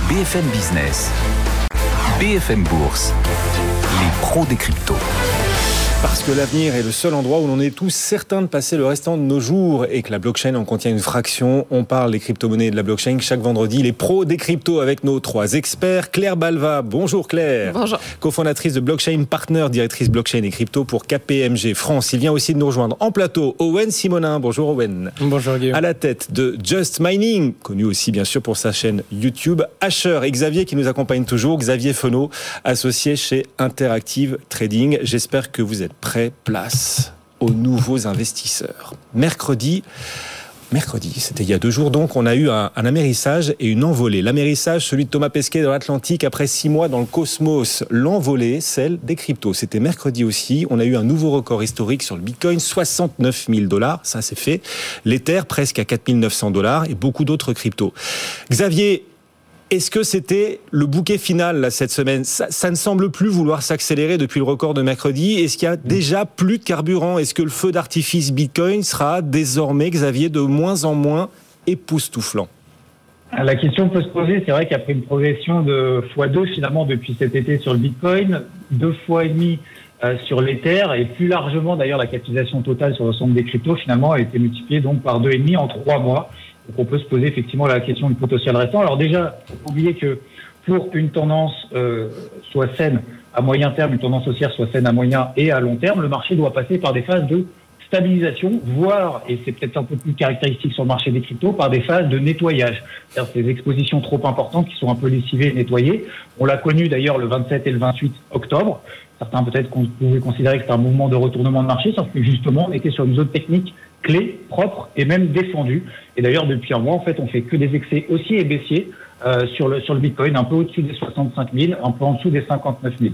BFM Business, BFM Bourse, les pros des cryptos. Parce que l'avenir est le seul endroit où l'on est tous certains de passer le restant de nos jours et que la blockchain en contient une fraction. On parle des crypto-monnaies et de la blockchain chaque vendredi. Les pros des cryptos avec nos trois experts. Claire Balva, bonjour Claire. Bonjour. Cofondatrice de Blockchain Partner, directrice blockchain et crypto pour KPMG France. Il vient aussi de nous rejoindre en plateau Owen Simonin. Bonjour Owen. Bonjour Guillaume. À la tête de Just Mining, connu aussi bien sûr pour sa chaîne YouTube. Asher et Xavier qui nous accompagnent toujours. Xavier Fenot, associé chez Interactive Trading. J'espère que vous êtes prêts. Place aux nouveaux investisseurs. Mercredi, c'était il y a 2 jours donc, on a eu un amérissage et une envolée. L'amérissage, celui de Thomas Pesquet dans l'Atlantique après 6 mois dans le cosmos. L'envolée, celle des cryptos. C'était mercredi aussi. On a eu un nouveau record historique sur le Bitcoin, $69 000. Ça, c'est fait. L'Ether, presque à $4 900 et beaucoup d'autres cryptos. Xavier, est-ce que c'était le bouquet final là, cette semaine ? Ça ne semble plus vouloir s'accélérer depuis le record de mercredi. Est-ce qu'il y a déjà plus de carburant ? Est-ce que le feu d'artifice Bitcoin sera désormais, Xavier, de moins en moins époustouflant ? La question peut se poser. C'est vrai qu'après une progression de x2 finalement depuis cet été sur le Bitcoin, 2,5 fois sur l'Ether et plus largement d'ailleurs la capitalisation totale sur l'ensemble des cryptos finalement a été multipliée donc par 2,5 en 3 mois. Donc on peut se poser effectivement la question du potentiel restant. Alors déjà, il faut oublier que pour une tendance soit saine à moyen terme, une tendance haussière soit saine à moyen et à long terme, le marché doit passer par des phases de stabilisation, voire, et c'est peut-être un peu plus caractéristique sur le marché des cryptos, par des phases de nettoyage. C'est-à-dire ces expositions trop importantes qui sont un peu lessivées et nettoyées. On l'a connu d'ailleurs le 27 et le 28 octobre. Certains peut-être pouvaient considérer que c'était un mouvement de retournement de marché, sauf que justement on était sur une zone technique clé, propre et même défendue. Et d'ailleurs depuis un mois, en fait, on fait que des excès haussiers et baissiers sur le Bitcoin, un peu au-dessus des 65 000, un peu en dessous des 59 000.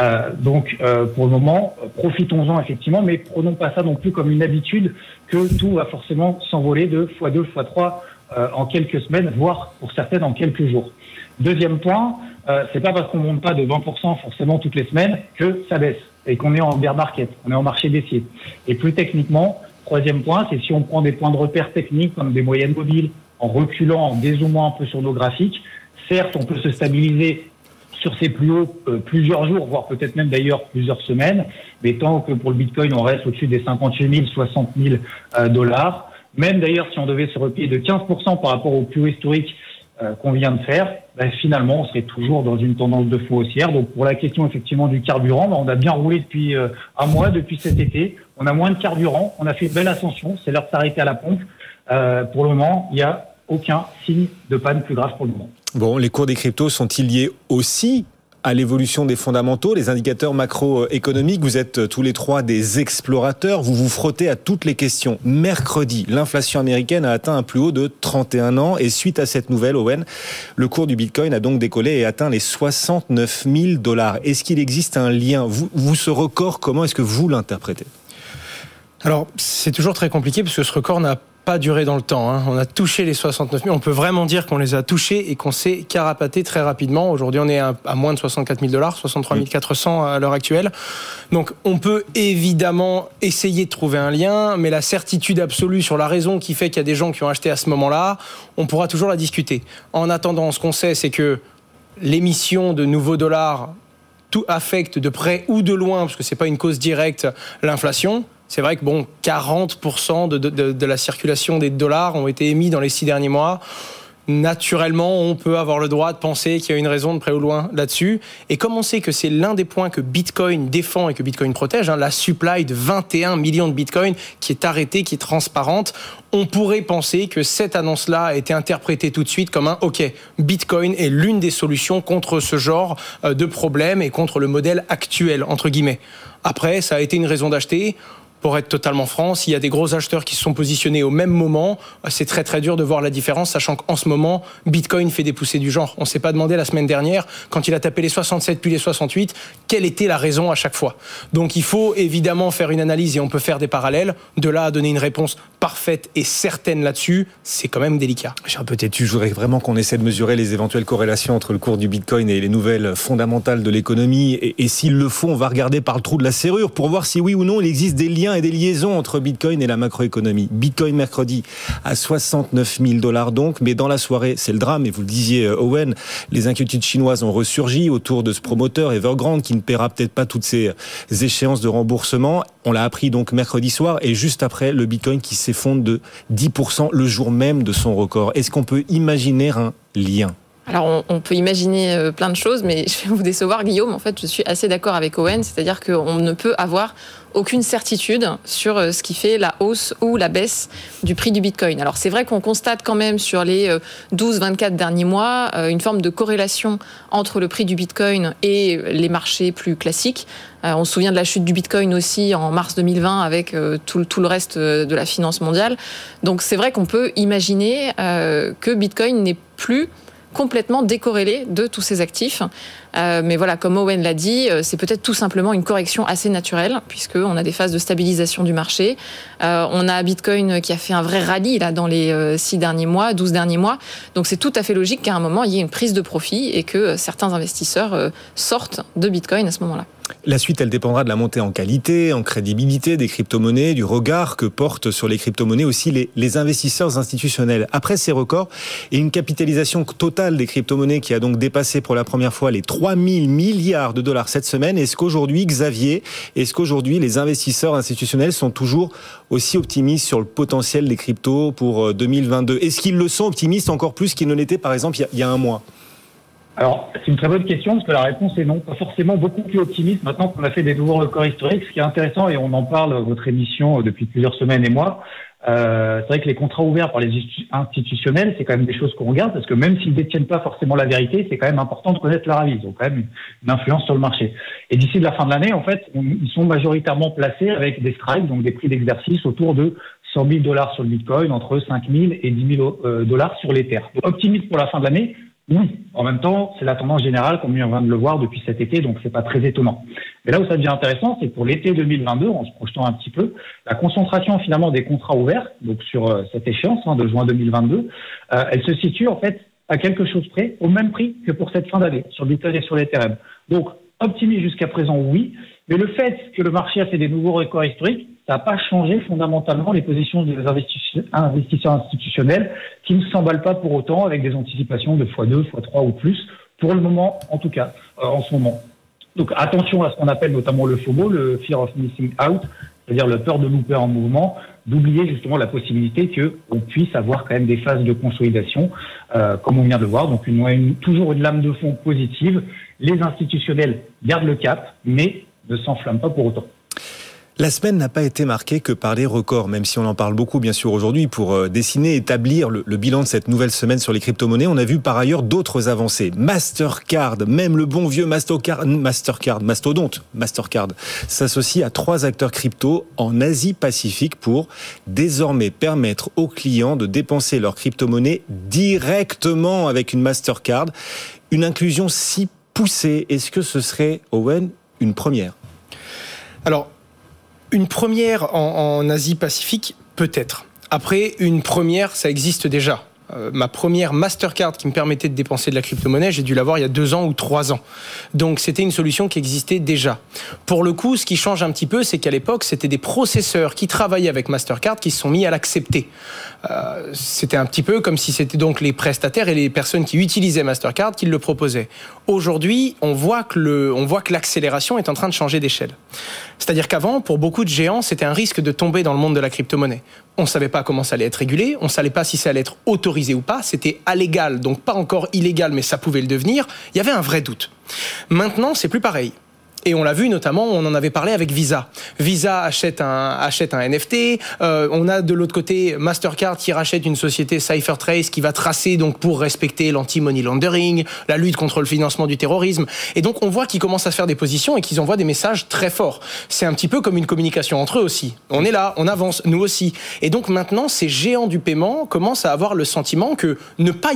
Donc pour le moment, profitons-en effectivement, mais prenons pas ça non plus comme une habitude que tout va forcément s'envoler de x2, x3 en quelques semaines, voire pour certaines en quelques jours. Deuxième point, c'est pas parce qu'on monte pas de 20% forcément toutes les semaines que ça baisse et qu'on est en bear market, on est en marché baissier. Et plus techniquement, troisième point, c'est si on prend des points de repère techniques comme des moyennes mobiles, en reculant, en dézoomant un peu sur nos graphiques, certes, on peut se stabiliser sur ces plus hauts plusieurs jours, voire peut-être même d'ailleurs plusieurs semaines, mais tant que pour le Bitcoin, on reste au-dessus des 58 000, 60 000 dollars, même d'ailleurs si on devait se replier de 15% par rapport au plus haut historique qu'on vient de faire, finalement, on serait toujours dans une tendance de fond haussière. Donc, pour la question effectivement du carburant, on a bien roulé depuis un mois, depuis cet été. On a moins de carburant, on a fait une belle ascension. C'est l'heure de s'arrêter à la pompe. Pour le moment, il n'y a aucun signe de panne plus grave pour le moment. Bon, les cours des cryptos sont-ils liés aussi à l'évolution des fondamentaux, les indicateurs macroéconomiques? Vous êtes tous les trois des explorateurs, vous vous frottez à toutes les questions. Mercredi, l'inflation américaine a atteint un plus haut de 31 ans et suite à cette nouvelle, Owen, le cours du Bitcoin a donc décollé et atteint les 69 000 $. Est-ce qu'il existe un lien ? Vous, ce record, comment est-ce que vous l'interprétez ? Alors, c'est toujours très compliqué parce que ce record n'a pas duré dans le temps. On a touché les 69 000. On peut vraiment dire qu'on les a touchés et qu'on s'est carapaté très rapidement. Aujourd'hui, on est à moins de 64 000 $, 63 400 à l'heure actuelle. Donc, on peut évidemment essayer de trouver un lien, mais la certitude absolue sur la raison qui fait qu'il y a des gens qui ont acheté à ce moment-là, on pourra toujours la discuter. En attendant, ce qu'on sait, c'est que l'émission de nouveaux dollars tout affecte de près ou de loin, parce que c'est pas une cause directe, l'inflation. C'est vrai que 40% de la circulation des dollars ont été émis dans les 6 derniers mois. Naturellement, on peut avoir le droit de penser qu'il y a une raison de près ou loin là-dessus. Et comme on sait que c'est l'un des points que Bitcoin défend et que Bitcoin protège, la supply de 21 millions de Bitcoin qui est arrêtée, qui est transparente, on pourrait penser que cette annonce-là a été interprétée tout de suite comme Bitcoin est l'une des solutions contre ce genre de problème et contre le modèle actuel, entre guillemets. Après, ça a été une raison d'acheter. Pour être totalement franc, s'il y a des gros acheteurs qui se sont positionnés au même moment, c'est très très dur de voir la différence, sachant qu'en ce moment, Bitcoin fait des poussées du genre. On ne s'est pas demandé la semaine dernière, quand il a tapé les 67 puis les 68, quelle était la raison à chaque fois. Donc il faut évidemment faire une analyse et on peut faire des parallèles. De là à donner une réponse parfaite et certaine là-dessus, c'est quand même délicat. Peut-être je voudrais vraiment qu'on essaie de mesurer les éventuelles corrélations entre le cours du Bitcoin et les nouvelles fondamentales de l'économie. Et s'il le faut, on va regarder par le trou de la serrure pour voir si oui ou non il existe des liens liens et des liaisons entre Bitcoin et la macroéconomie. Bitcoin mercredi à $69 000 donc, mais dans la soirée, c'est le drame, et vous le disiez Owen, les inquiétudes chinoises ont ressurgi autour de ce promoteur Evergrande qui ne paiera peut-être pas toutes ses échéances de remboursement. On l'a appris donc mercredi soir, et juste après, le Bitcoin qui s'effondre de 10% le jour même de son record. Est-ce qu'on peut imaginer un lien ? Alors, on peut imaginer plein de choses, mais je vais vous décevoir, Guillaume. En fait, je suis assez d'accord avec Owen, c'est-à-dire qu'on ne peut avoir aucune certitude sur ce qui fait la hausse ou la baisse du prix du Bitcoin. Alors, c'est vrai qu'on constate quand même sur les 12-24 derniers mois une forme de corrélation entre le prix du Bitcoin et les marchés plus classiques. On se souvient de la chute du Bitcoin aussi en mars 2020 avec tout le reste de la finance mondiale. Donc, c'est vrai qu'on peut imaginer que Bitcoin n'est plus complètement décorrélé de tous ces actifs. Mais voilà, comme Owen l'a dit, c'est peut-être tout simplement une correction assez naturelle, puisqu'on a des phases de stabilisation du marché. On a Bitcoin qui a fait un vrai rallye là, dans les 12 derniers mois. Donc c'est tout à fait logique qu'à un moment, il y ait une prise de profit et que certains investisseurs sortent de Bitcoin à ce moment-là. La suite, elle dépendra de la montée en qualité, en crédibilité des crypto-monnaies, du regard que portent sur les crypto-monnaies aussi les investisseurs institutionnels. Après ces records et une capitalisation totale des crypto-monnaies qui a donc dépassé pour la première fois les 3 000 milliards de dollars cette semaine, est-ce qu'aujourd'hui, Xavier, les investisseurs institutionnels sont toujours aussi optimistes sur le potentiel des cryptos pour 2022 ? Est-ce qu'ils le sont optimistes encore plus qu'ils ne l'étaient par exemple il y a un mois ? Alors, c'est une très bonne question, parce que la réponse est non. Pas forcément beaucoup plus optimiste maintenant qu'on a fait des nouveaux records historiques. Ce qui est intéressant, et on en parle votre émission depuis plusieurs semaines et mois, c'est vrai que les contrats ouverts par les institutionnels, c'est quand même des choses qu'on regarde, parce que même s'ils ne détiennent pas forcément la vérité, c'est quand même important de connaître leur avis. Ils ont quand même une influence sur le marché. Et d'ici la fin de l'année, en fait, ils sont majoritairement placés avec des strikes, donc des prix d'exercice autour de $100 000 sur le Bitcoin, entre 5 000 et 10 000 dollars sur l'Ether. Donc, optimiste pour la fin de l'année. Oui, en même temps, c'est la tendance générale comme on vient de le voir depuis cet été, donc c'est pas très étonnant. Mais là où ça devient intéressant, c'est que pour l'été 2022, en se projetant un petit peu, la concentration finalement des contrats ouverts, donc sur cette échéance de juin 2022, elle se situe en fait à quelque chose près, au même prix que pour cette fin d'année, sur Bitcoin et sur l'Ethereum. Donc, optimiste jusqu'à présent, oui, mais le fait que le marché a fait des nouveaux records historiques, ça n'a pas changé fondamentalement les positions des investisseurs institutionnels qui ne s'emballent pas pour autant avec des anticipations de x2, x3 ou plus, pour le moment en tout cas, en ce moment. Donc attention à ce qu'on appelle notamment le FOMO, le Fear of Missing Out, c'est-à-dire la peur de louper en mouvement, d'oublier justement la possibilité qu'on puisse avoir quand même des phases de consolidation, comme on vient de le voir, donc toujours une lame de fond positive. Les institutionnels gardent le cap, mais ne s'enflamment pas pour autant. La semaine n'a pas été marquée que par les records, même si on en parle beaucoup bien sûr aujourd'hui pour dessiner, établir le bilan de cette nouvelle semaine sur les crypto-monnaies. On a vu par ailleurs d'autres avancées. Mastercard, même le bon vieux mastodonte Mastercard, s'associe à 3 acteurs crypto en Asie-Pacifique pour désormais permettre aux clients de dépenser leurs crypto-monnaies directement avec une Mastercard. Une inclusion si poussée, est-ce que ce serait, Owen, une première ? Alors, une première en Asie-Pacifique, peut-être. Après, une première, ça existe déjà. Ma première Mastercard qui me permettait de dépenser de la crypto-monnaie, j'ai dû l'avoir il y a 2 ans ou 3 ans. Donc c'était une solution qui existait déjà. Pour le coup, ce qui change un petit peu, c'est qu'à l'époque, c'était des processeurs qui travaillaient avec Mastercard qui se sont mis à l'accepter. C'était un petit peu comme si c'était donc les prestataires et les personnes qui utilisaient Mastercard qui le proposaient. Aujourd'hui, on voit que l'accélération est en train de changer d'échelle. C'est-à-dire qu'avant, pour beaucoup de géants, c'était un risque de tomber dans le monde de la crypto-monnaie. On ne savait pas comment ça allait être régulé, on ne savait pas si ça allait être autorisé ou pas, c'était allégal, donc pas encore illégal, mais ça pouvait le devenir. Il y avait un vrai doute. Maintenant, c'est plus pareil. Et on l'a vu notamment, on en avait parlé avec Visa. Visa achète un NFT. On a de l'autre côté Mastercard qui rachète une société CipherTrace qui va tracer donc pour respecter l'anti-money laundering, la lutte contre le financement du terrorisme. Et donc on voit qu'ils commencent à se faire des positions et qu'ils envoient des messages très forts. C'est un petit peu comme une communication entre eux aussi. On est là, on avance, nous aussi. Et donc maintenant, ces géants du paiement commencent à avoir le sentiment que ne pas y aller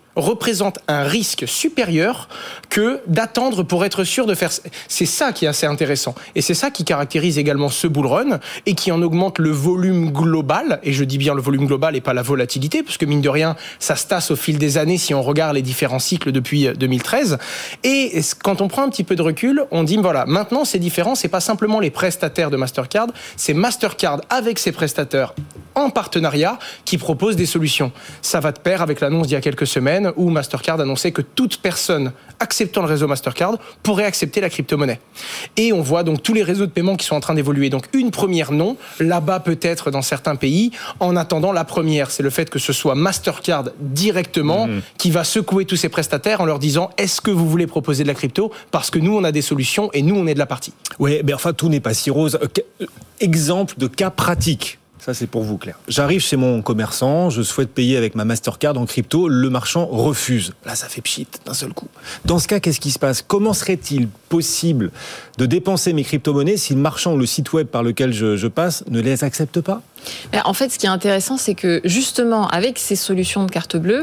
représente un risque supérieur que d'attendre pour être sûr de faire. C'est ça qui est assez intéressant. Et c'est ça qui caractérise également ce bull run et qui en augmente le volume global. Et je dis bien le volume global et pas la volatilité, parce que mine de rien, ça se tasse au fil des années si on regarde les différents cycles depuis 2013. Et quand on prend un petit peu de recul, on dit, voilà, maintenant c'est différent, c'est pas simplement les prestataires de Mastercard, c'est Mastercard avec ses prestataires en partenariat qui proposent des solutions. Ça va de pair avec l'annonce d'il y a quelques semaines où Mastercard annonçait que toute personne acceptant le réseau Mastercard pourrait accepter la crypto-monnaie. Et on voit donc tous les réseaux de paiement qui sont en train d'évoluer. Donc une première non, là-bas peut-être dans certains pays. En attendant, la première, c'est le fait que ce soit Mastercard directement qui va secouer tous ses prestataires en leur disant « Est-ce que vous voulez proposer de la crypto ? Parce que nous, on a des solutions et nous, on est de la partie. » Oui, mais enfin, tout n'est pas si rose. Exemple de cas pratique. Ça, c'est pour vous, Claire. J'arrive chez mon commerçant, je souhaite payer avec ma Mastercard en crypto, le marchand refuse. Là, ça fait pchit d'un seul coup. Dans ce cas, qu'est-ce qui se passe ? Comment serait-il possible de dépenser mes crypto-monnaies si le marchand ou le site web par lequel je passe ne les accepte pas ? En fait, ce qui est intéressant, c'est que justement, avec ces solutions de carte bleue,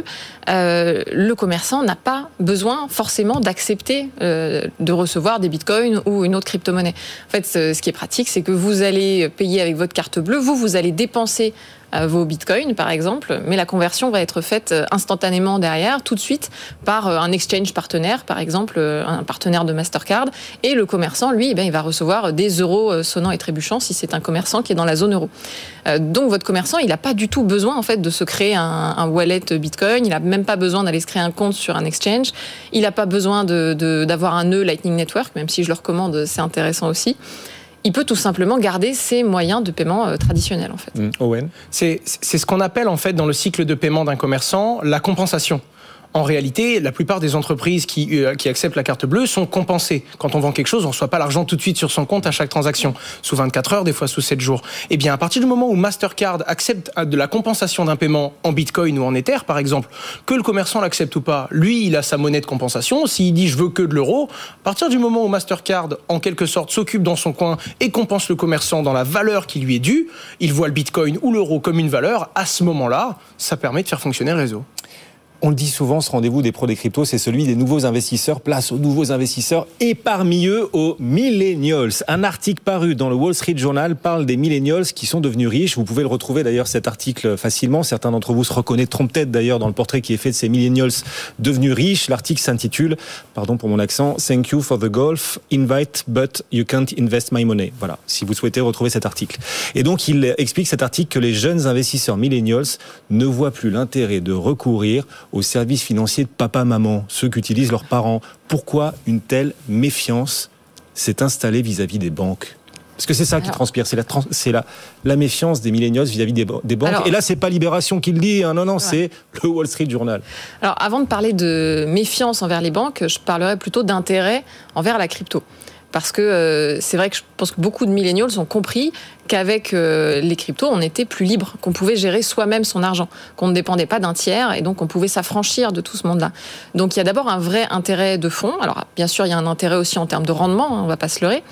le commerçant n'a pas besoin forcément d'accepter de recevoir des bitcoins ou une autre crypto-monnaie. En fait, ce qui est pratique, c'est que vous allez payer avec votre carte bleue, vous allez dépenser vos bitcoins, par exemple, mais la conversion va être faite instantanément derrière, tout de suite, par un exchange partenaire, par exemple, un partenaire de Mastercard, et le commerçant, lui, il va recevoir des euros sonnants et trébuchants si c'est un commerçant qui est dans la zone euro. Donc votre commerçant, il n'a pas du tout besoin en fait de se créer un wallet Bitcoin, il n'a même pas besoin d'aller se créer un compte sur un exchange, il n'a pas besoin d'avoir un nœud Lightning Network, même si je le recommande, c'est intéressant aussi. Il peut tout simplement garder ses moyens de paiement traditionnels en fait. Owen ? C'est ce qu'on appelle en fait dans le cycle de paiement d'un commerçant la compensation. En réalité, la plupart des entreprises qui acceptent la carte bleue sont compensées. Quand on vend quelque chose, on ne reçoit pas l'argent tout de suite sur son compte à chaque transaction, sous 24 heures, des fois sous 7 jours. Eh bien, à partir du moment où Mastercard accepte de la compensation d'un paiement en Bitcoin ou en Ether, par exemple, que le commerçant l'accepte ou pas, lui, il a sa monnaie de compensation. S'il dit « je veux que de l'euro », à partir du moment où Mastercard, en quelque sorte, s'occupe dans son coin et compense le commerçant dans la valeur qui lui est due, il voit le Bitcoin ou l'euro comme une valeur, à ce moment-là, ça permet de faire fonctionner le réseau. On le dit souvent, ce rendez-vous des pros des cryptos, c'est celui des nouveaux investisseurs. Place aux nouveaux investisseurs et parmi eux aux millennials. Un article paru dans le Wall Street Journal parle des millennials qui sont devenus riches. Vous pouvez le retrouver d'ailleurs cet article facilement. Certains d'entre vous se reconnaîtront peut-être d'ailleurs dans le portrait qui est fait de ces millennials devenus riches. L'article s'intitule, pardon pour mon accent, Thank you for the golf, invite but you can't invest my money. Voilà, si vous souhaitez retrouver cet article. Et donc il explique cet article que les jeunes investisseurs millennials ne voient plus l'intérêt de recourir aux services financiers de papa-maman, ceux qu'utilisent leurs parents. Pourquoi une telle méfiance s'est installée vis-à-vis des banques ? Parce que c'est ça qui transpire, c'est la méfiance des millennials vis-à-vis des banques. Et là, c'est pas Libération qui le dit, hein, non, c'est le Wall Street Journal. Alors, avant de parler de méfiance envers les banques, je parlerai plutôt d'intérêt envers la crypto. Parce que c'est vrai que je pense que beaucoup de millennials ont compris qu'avec les cryptos, on était plus libre, qu'on pouvait gérer soi-même son argent, qu'on ne dépendait pas d'un tiers et donc on pouvait s'affranchir de tout ce monde-là. Donc il y a d'abord un vrai intérêt de fond. Alors bien sûr, il y a un intérêt aussi en termes de rendement, on ne va pas se leurrer.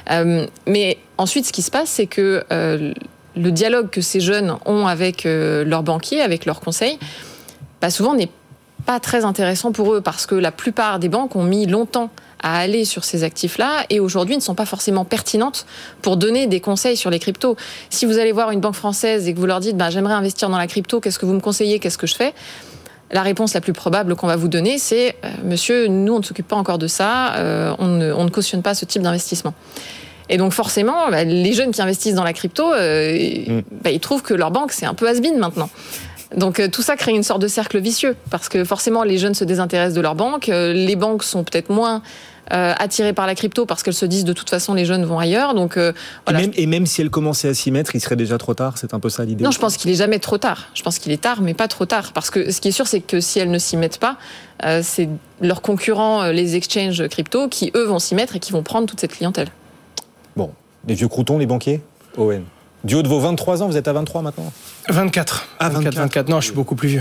Mais ensuite, ce qui se passe, c'est que le dialogue que ces jeunes ont avec leurs banquiers, avec leurs conseils, souvent n'est pas très intéressant pour eux parce que la plupart des banques ont mis longtemps à aller sur ces actifs-là et aujourd'hui ne sont pas forcément pertinentes pour donner des conseils sur les cryptos. Si vous allez voir une banque française et que vous leur dites j'aimerais investir dans la crypto, qu'est-ce que vous me conseillez, qu'est-ce que je fais ? La réponse la plus probable qu'on va vous donner, c'est monsieur, nous on ne s'occupe pas encore de ça, on ne cautionne pas ce type d'investissement. Et donc forcément, les jeunes qui investissent dans la crypto, ils trouvent que leur banque c'est un peu has-been maintenant. Donc tout ça crée une sorte de cercle vicieux parce que forcément les jeunes se désintéressent de leur banque, les banques sont peut-être moins attirées par la crypto parce qu'elles se disent de toute façon les jeunes vont ailleurs. Donc voilà. Et même si elles commençaient à s'y mettre, il serait déjà trop tard. C'est un peu ça l'idée. Non, je pense qu'il est jamais trop tard. Je pense qu'il est tard, mais pas trop tard. Parce que ce qui est sûr, c'est que si elles ne s'y mettent pas, c'est leurs concurrents, les exchanges crypto, qui eux vont s'y mettre et qui vont prendre toute cette clientèle. Bon, les vieux croutons, les banquiers, Owen. Du haut de vos 23 ans, vous êtes à 23 maintenant ? 24. Ah, 24. Non, je suis beaucoup plus vieux.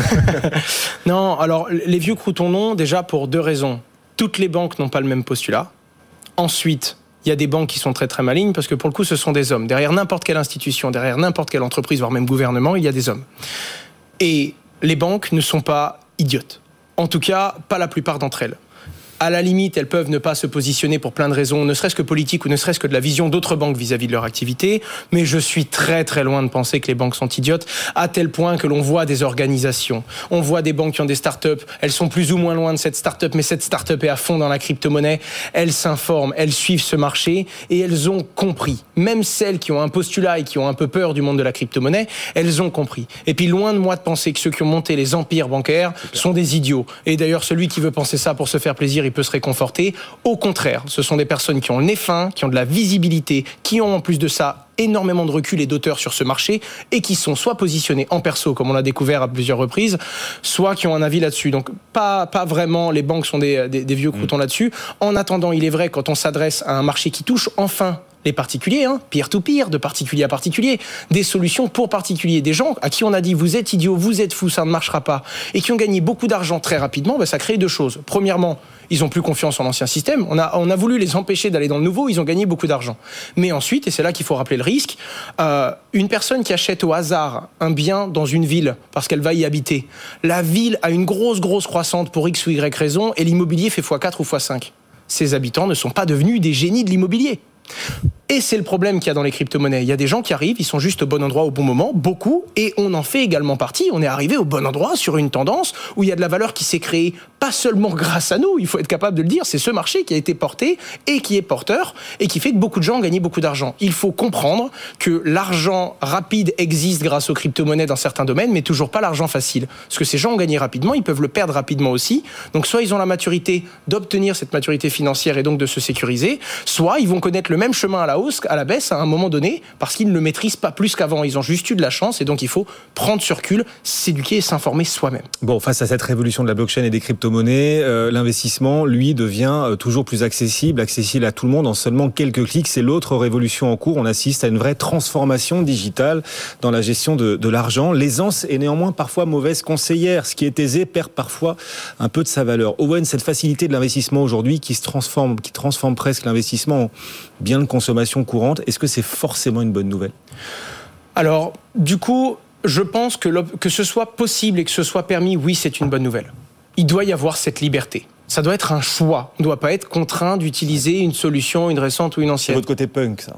Non, alors, les vieux croutons non, déjà pour deux raisons. Toutes les banques n'ont pas le même postulat. Ensuite, il y a des banques qui sont très très malignes parce que pour le coup, ce sont des hommes. Derrière n'importe quelle institution, derrière n'importe quelle entreprise, voire même gouvernement, il y a des hommes. Et les banques ne sont pas idiotes. En tout cas, pas la plupart d'entre elles. À la limite, elles peuvent ne pas se positionner pour plein de raisons, ne serait-ce que politiques ou ne serait-ce que de la vision d'autres banques vis-à-vis de leur activité. Mais je suis très très loin de penser que les banques sont idiotes, à tel point que l'on voit des organisations. On voit des banques qui ont des startups, elles sont plus ou moins loin de cette startup, mais cette startup est à fond dans la crypto-monnaie. Elles s'informent, elles suivent ce marché et elles ont compris. Même celles qui ont un postulat et qui ont un peu peur du monde de la crypto-monnaie, elles ont compris. Et puis loin de moi de penser que ceux qui ont monté les empires bancaires sont des idiots. Et d'ailleurs, celui qui veut penser ça pour se faire plaisir, il peut se réconforter. Au contraire, ce sont des personnes qui ont le nez fin, qui ont de la visibilité, qui ont en plus de ça énormément de recul et d'auteur sur ce marché et qui sont soit positionnés en perso, comme on l'a découvert à plusieurs reprises, soit qui ont un avis là-dessus. Donc pas vraiment, les banques sont des vieux croutons là-dessus. En attendant, il est vrai, quand on s'adresse à un marché qui touche enfin les particuliers, peer-to-peer, de particulier à particulier, des solutions pour particuliers, des gens à qui on a dit vous êtes idiots, vous êtes fous, ça ne marchera pas, et qui ont gagné beaucoup d'argent très rapidement, ça crée deux choses. Premièrement, ils ont plus confiance en l'ancien système. On a voulu les empêcher d'aller dans le nouveau, ils ont gagné beaucoup d'argent. Mais ensuite, et c'est là qu'il faut rappeler le risque, une personne qui achète au hasard un bien dans une ville parce qu'elle va y habiter, la ville a une grosse croissance pour X ou Y raison et l'immobilier fait x4 ou x5. Ces habitants ne sont pas devenus des génies de l'immobilier. Et c'est le problème qu'il y a dans les crypto-monnaies. Il y a des gens qui arrivent, ils sont juste au bon endroit au bon moment, beaucoup, et on en fait également partie. On est arrivé au bon endroit sur une tendance où il y a de la valeur qui s'est créée, pas seulement grâce à nous, il faut être capable de le dire, c'est ce marché qui a été porté et qui est porteur et qui fait que beaucoup de gens ont gagné beaucoup d'argent. Il faut comprendre que l'argent rapide existe grâce aux crypto-monnaies dans certains domaines, mais toujours pas l'argent facile. Parce que ces gens ont gagné rapidement, ils peuvent le perdre rapidement aussi. Donc soit ils ont la maturité d'obtenir cette maturité financière et donc de se sécuriser, soit ils vont connaître le même chemin à la hausse, à la baisse à un moment donné, parce qu'ils ne le maîtrisent pas plus qu'avant. Ils ont juste eu de la chance et donc il faut prendre sur recul, s'éduquer et s'informer soi-même. Bon, face à cette révolution de la blockchain et des crypto-monnaies, l'investissement, lui, devient toujours plus accessible à tout le monde en seulement quelques clics. C'est l'autre révolution en cours. On assiste à une vraie transformation digitale dans la gestion de l'argent. L'aisance est néanmoins parfois mauvaise conseillère. Ce qui est aisé perd parfois un peu de sa valeur. Owen, cette facilité de l'investissement aujourd'hui qui transforme presque l'investissement en bien de consommation courante, est-ce que c'est forcément une bonne nouvelle ? Alors, du coup, je pense que ce soit possible et que ce soit permis, oui, c'est une bonne nouvelle. Il doit y avoir cette liberté. Ça doit être un choix. On ne doit pas être contraint d'utiliser une solution, une récente ou une ancienne. C'est votre côté punk, ça.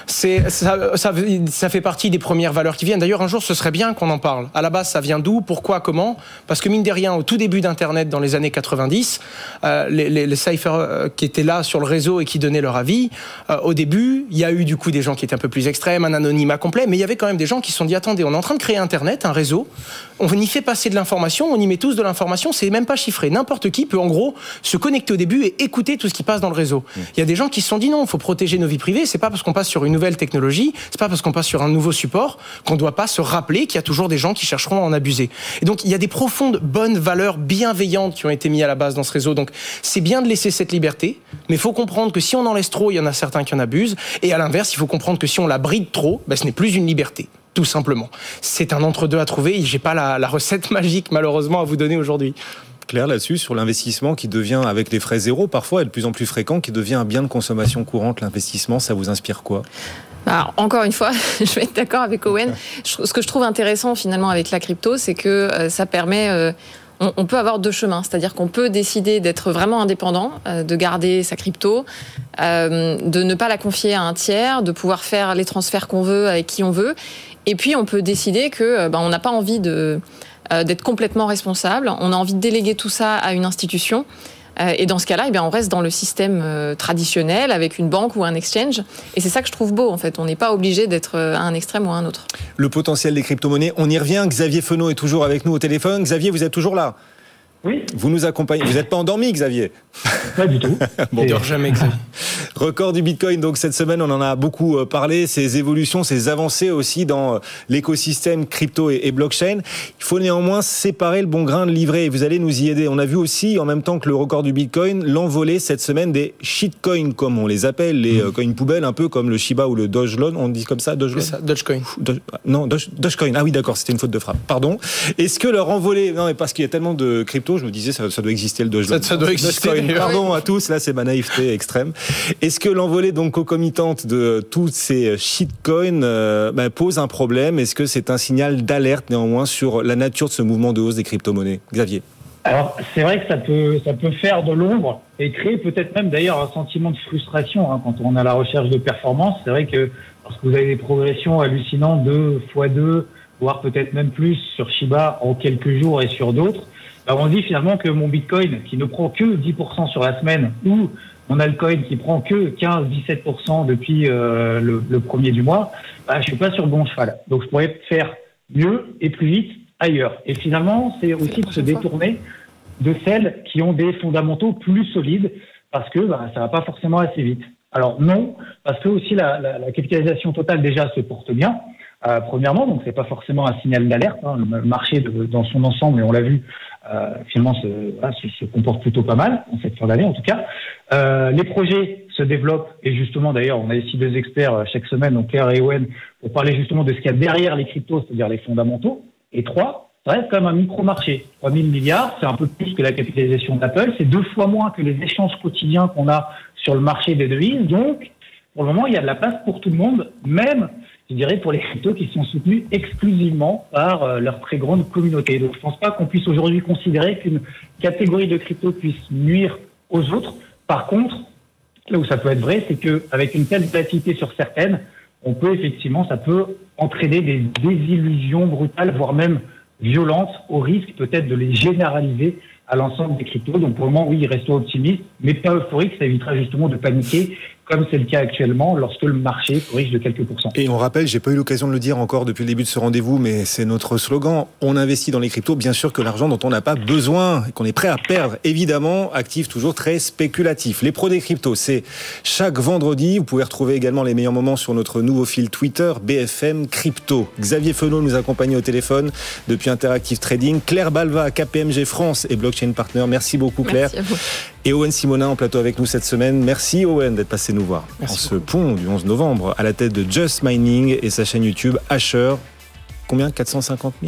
Ça fait partie des premières valeurs qui viennent. D'ailleurs, un jour, ce serait bien qu'on en parle. À la base, ça vient d'où ? Pourquoi ? Comment ? Parce que mine de rien, au tout début d'Internet, dans les années 90, les cyphers qui étaient là sur le réseau et qui donnaient leur avis, au début, il y a eu du coup des gens qui étaient un peu plus extrêmes, un anonymat complet, mais il y avait quand même des gens qui se sont dit, attendez, on est en train de créer Internet, un réseau, on y fait passer de l'information, on y met tous de l'information, c'est même pas chiffré. N'importe qui peut en gros se connecter au début et écouter tout ce qui passe dans le réseau. Il y a des gens qui se sont dit non, il faut protéger nos vies privées, c'est pas parce qu'on passe sur une nouvelle technologie, c'est pas parce qu'on passe sur un nouveau support qu'on doit pas se rappeler qu'il y a toujours des gens qui chercheront à en abuser. Et donc il y a des profondes bonnes valeurs bienveillantes qui ont été mises à la base dans ce réseau. Donc c'est bien de laisser cette liberté, mais il faut comprendre que si on en laisse trop, il y en a certains qui en abusent, et à l'inverse, il faut comprendre que si on la bride trop, ce n'est plus une liberté. Tout simplement. C'est un entre-deux à trouver et j'ai pas la recette magique malheureusement à vous donner aujourd'hui. Claire là-dessus, sur l'investissement qui devient, avec les frais zéro parfois et de plus en plus fréquent, qui devient un bien de consommation courante, l'investissement, ça vous inspire quoi ? Alors, encore une fois, je vais être d'accord avec Owen. Ce que je trouve intéressant finalement avec la crypto, c'est que ça permet... on peut avoir deux chemins, c'est-à-dire qu'on peut décider d'être vraiment indépendant, de garder sa crypto, de ne pas la confier à un tiers, de pouvoir faire les transferts qu'on veut avec qui on veut. Et puis, on peut décider que on n'a pas envie d'être complètement responsable. On a envie de déléguer tout ça à une institution. Et dans ce cas-là, on reste dans le système traditionnel avec une banque ou un exchange. Et c'est ça que je trouve beau, en fait. On n'est pas obligé d'être à un extrême ou à un autre. Le potentiel des crypto-monnaies, on y revient. Xavier Fenot est toujours avec nous au téléphone. Xavier, vous êtes toujours là ? Oui. Vous nous accompagnez. Vous n'êtes pas endormi, Xavier ? Pas du tout. Bon, dort jamais, Xavier. Record du Bitcoin, donc cette semaine, on en a beaucoup parlé, ces évolutions, ces avancées aussi dans l'écosystème crypto et blockchain. Il faut néanmoins séparer le bon grain de l'ivraie et vous allez nous y aider. On a vu aussi, en même temps que le record du Bitcoin, l'envolée cette semaine des shitcoins, comme on les appelle, les coins poubelles, un peu comme le Shiba ou le Dogecoin. On dit comme ça, Dogecoin ? Dogecoin. Non, Dogecoin. Ah oui, d'accord, c'était une faute de frappe. Pardon. Est-ce que leur envolée... Non, mais parce qu'il y a tellement de crypto, je me disais, ça doit exister le Dogecoin. Ça doit exister. Pardon à tous, là c'est ma naïveté extrême. Est-ce que l'envolée donc concomitante de tous ces shitcoins pose un problème ? Est-ce que c'est un signal d'alerte néanmoins sur la nature de ce mouvement de hausse des crypto-monnaies ? Xavier ? Alors, c'est vrai que ça peut faire de l'ombre et créer peut-être même d'ailleurs un sentiment de frustration quand on est à la recherche de performance. C'est vrai que lorsque vous avez des progressions hallucinantes 2x2, voire peut-être même plus sur Shiba en quelques jours et sur d'autres, on dit finalement que mon Bitcoin qui ne prend que 10% sur la semaine ou mon altcoin qui prend que 15-17% depuis le premier du mois, je suis pas sur le bon cheval. Donc je pourrais faire mieux et plus vite ailleurs. Et finalement, c'est aussi de se détourner de celles qui ont des fondamentaux plus solides parce que ça va pas forcément assez vite. Alors non, parce que aussi la capitalisation totale déjà se porte bien. Premièrement, donc c'est pas forcément un signal d'alerte. Le marché dans son ensemble, et on l'a vu, finalement se comporte plutôt pas mal en cette fin d'année en tout cas. Les projets se développent et justement d'ailleurs on a ici 2 experts chaque semaine, donc Claire et Owen, pour parler justement de ce qu'il y a derrière les cryptos, c'est-à-dire les fondamentaux. Et 3, ça reste quand même un micro-marché. 3 000 milliards, c'est un peu plus que la capitalisation d'Apple, c'est 2 fois moins que les échanges quotidiens qu'on a sur le marché des devises. Donc, pour le moment, il y a de la place pour tout le monde, même, je dirais, pour les cryptos qui sont soutenus exclusivement par leur très grande communauté. Donc, je pense pas qu'on puisse aujourd'hui considérer qu'une catégorie de cryptos puisse nuire aux autres. Par contre, là où ça peut être vrai, c'est qu'avec une telle volatilité sur certaines, on peut effectivement, ça peut entraîner des désillusions brutales, voire même violentes, au risque peut-être de les généraliser à l'ensemble des cryptos. Donc pour le moment, oui, restons optimistes, mais pas euphoriques, ça évitera justement de paniquer, comme c'est le cas actuellement, lorsque le marché corrige de quelques pourcents. Et on rappelle, j'ai pas eu l'occasion de le dire encore depuis le début de ce rendez-vous, mais c'est notre slogan, on investit dans les cryptos, bien sûr que l'argent dont on n'a pas besoin, et qu'on est prêt à perdre, évidemment, actif toujours très spéculatif. Les pros des cryptos, c'est chaque vendredi, vous pouvez retrouver également les meilleurs moments sur notre nouveau fil Twitter, BFM Crypto. Xavier Fenot nous accompagne au téléphone depuis Interactive Trading, Claire Balva, KPMG France et Blockchain Partner. Merci beaucoup Claire. Merci à vous. Et Owen Simonin en plateau avec nous cette semaine. Merci Owen d'être passé nous voir. Merci en ce pont du 11 novembre à la tête de Just Mining et sa chaîne YouTube Asher. Combien ? 450 000 ?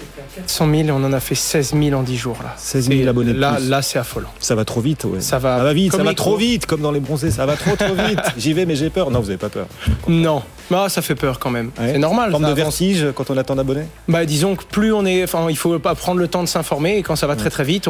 400 000, on en a fait 16 000 en 10 jours. Là. 16 000 abonnés de plus. Là, c'est affolant. Ça va trop vite, ouais. Ça va vite, comme ça va les trop gros. vite, comme dans les bronzés, ça va trop vite. J'y vais, mais j'ai peur. Non, vous n'avez pas peur. Non, ça fait peur quand même. Ouais. C'est normal. Forme ça de avance. vertige quand on a tant d'abonnés ? Disons que plus il faut pas prendre le temps de s'informer et quand ça va très très vite,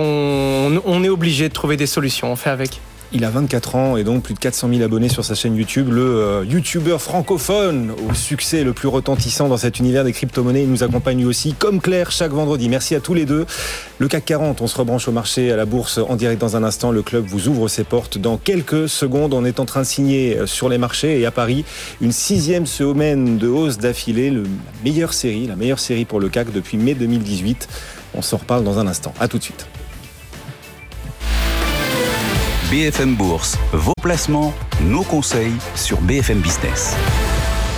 on est obligé de trouver des solutions. On fait avec. Il a 24 ans et donc plus de 400 000 abonnés sur sa chaîne YouTube. Le youtubeur francophone au succès le plus retentissant dans cet univers des crypto-monnaies. Il nous accompagne lui aussi, comme Claire, chaque vendredi. Merci à tous les deux. Le CAC 40, on se rebranche au marché, à la bourse en direct dans un instant. Le club vous ouvre ses portes dans quelques secondes. On est en train de signer sur les marchés et à Paris, une 6e semaine de hausse d'affilée. La meilleure série pour le CAC depuis mai 2018. On s'en reparle dans un instant. À tout de suite. BFM Bourse, vos placements, nos conseils sur BFM Business.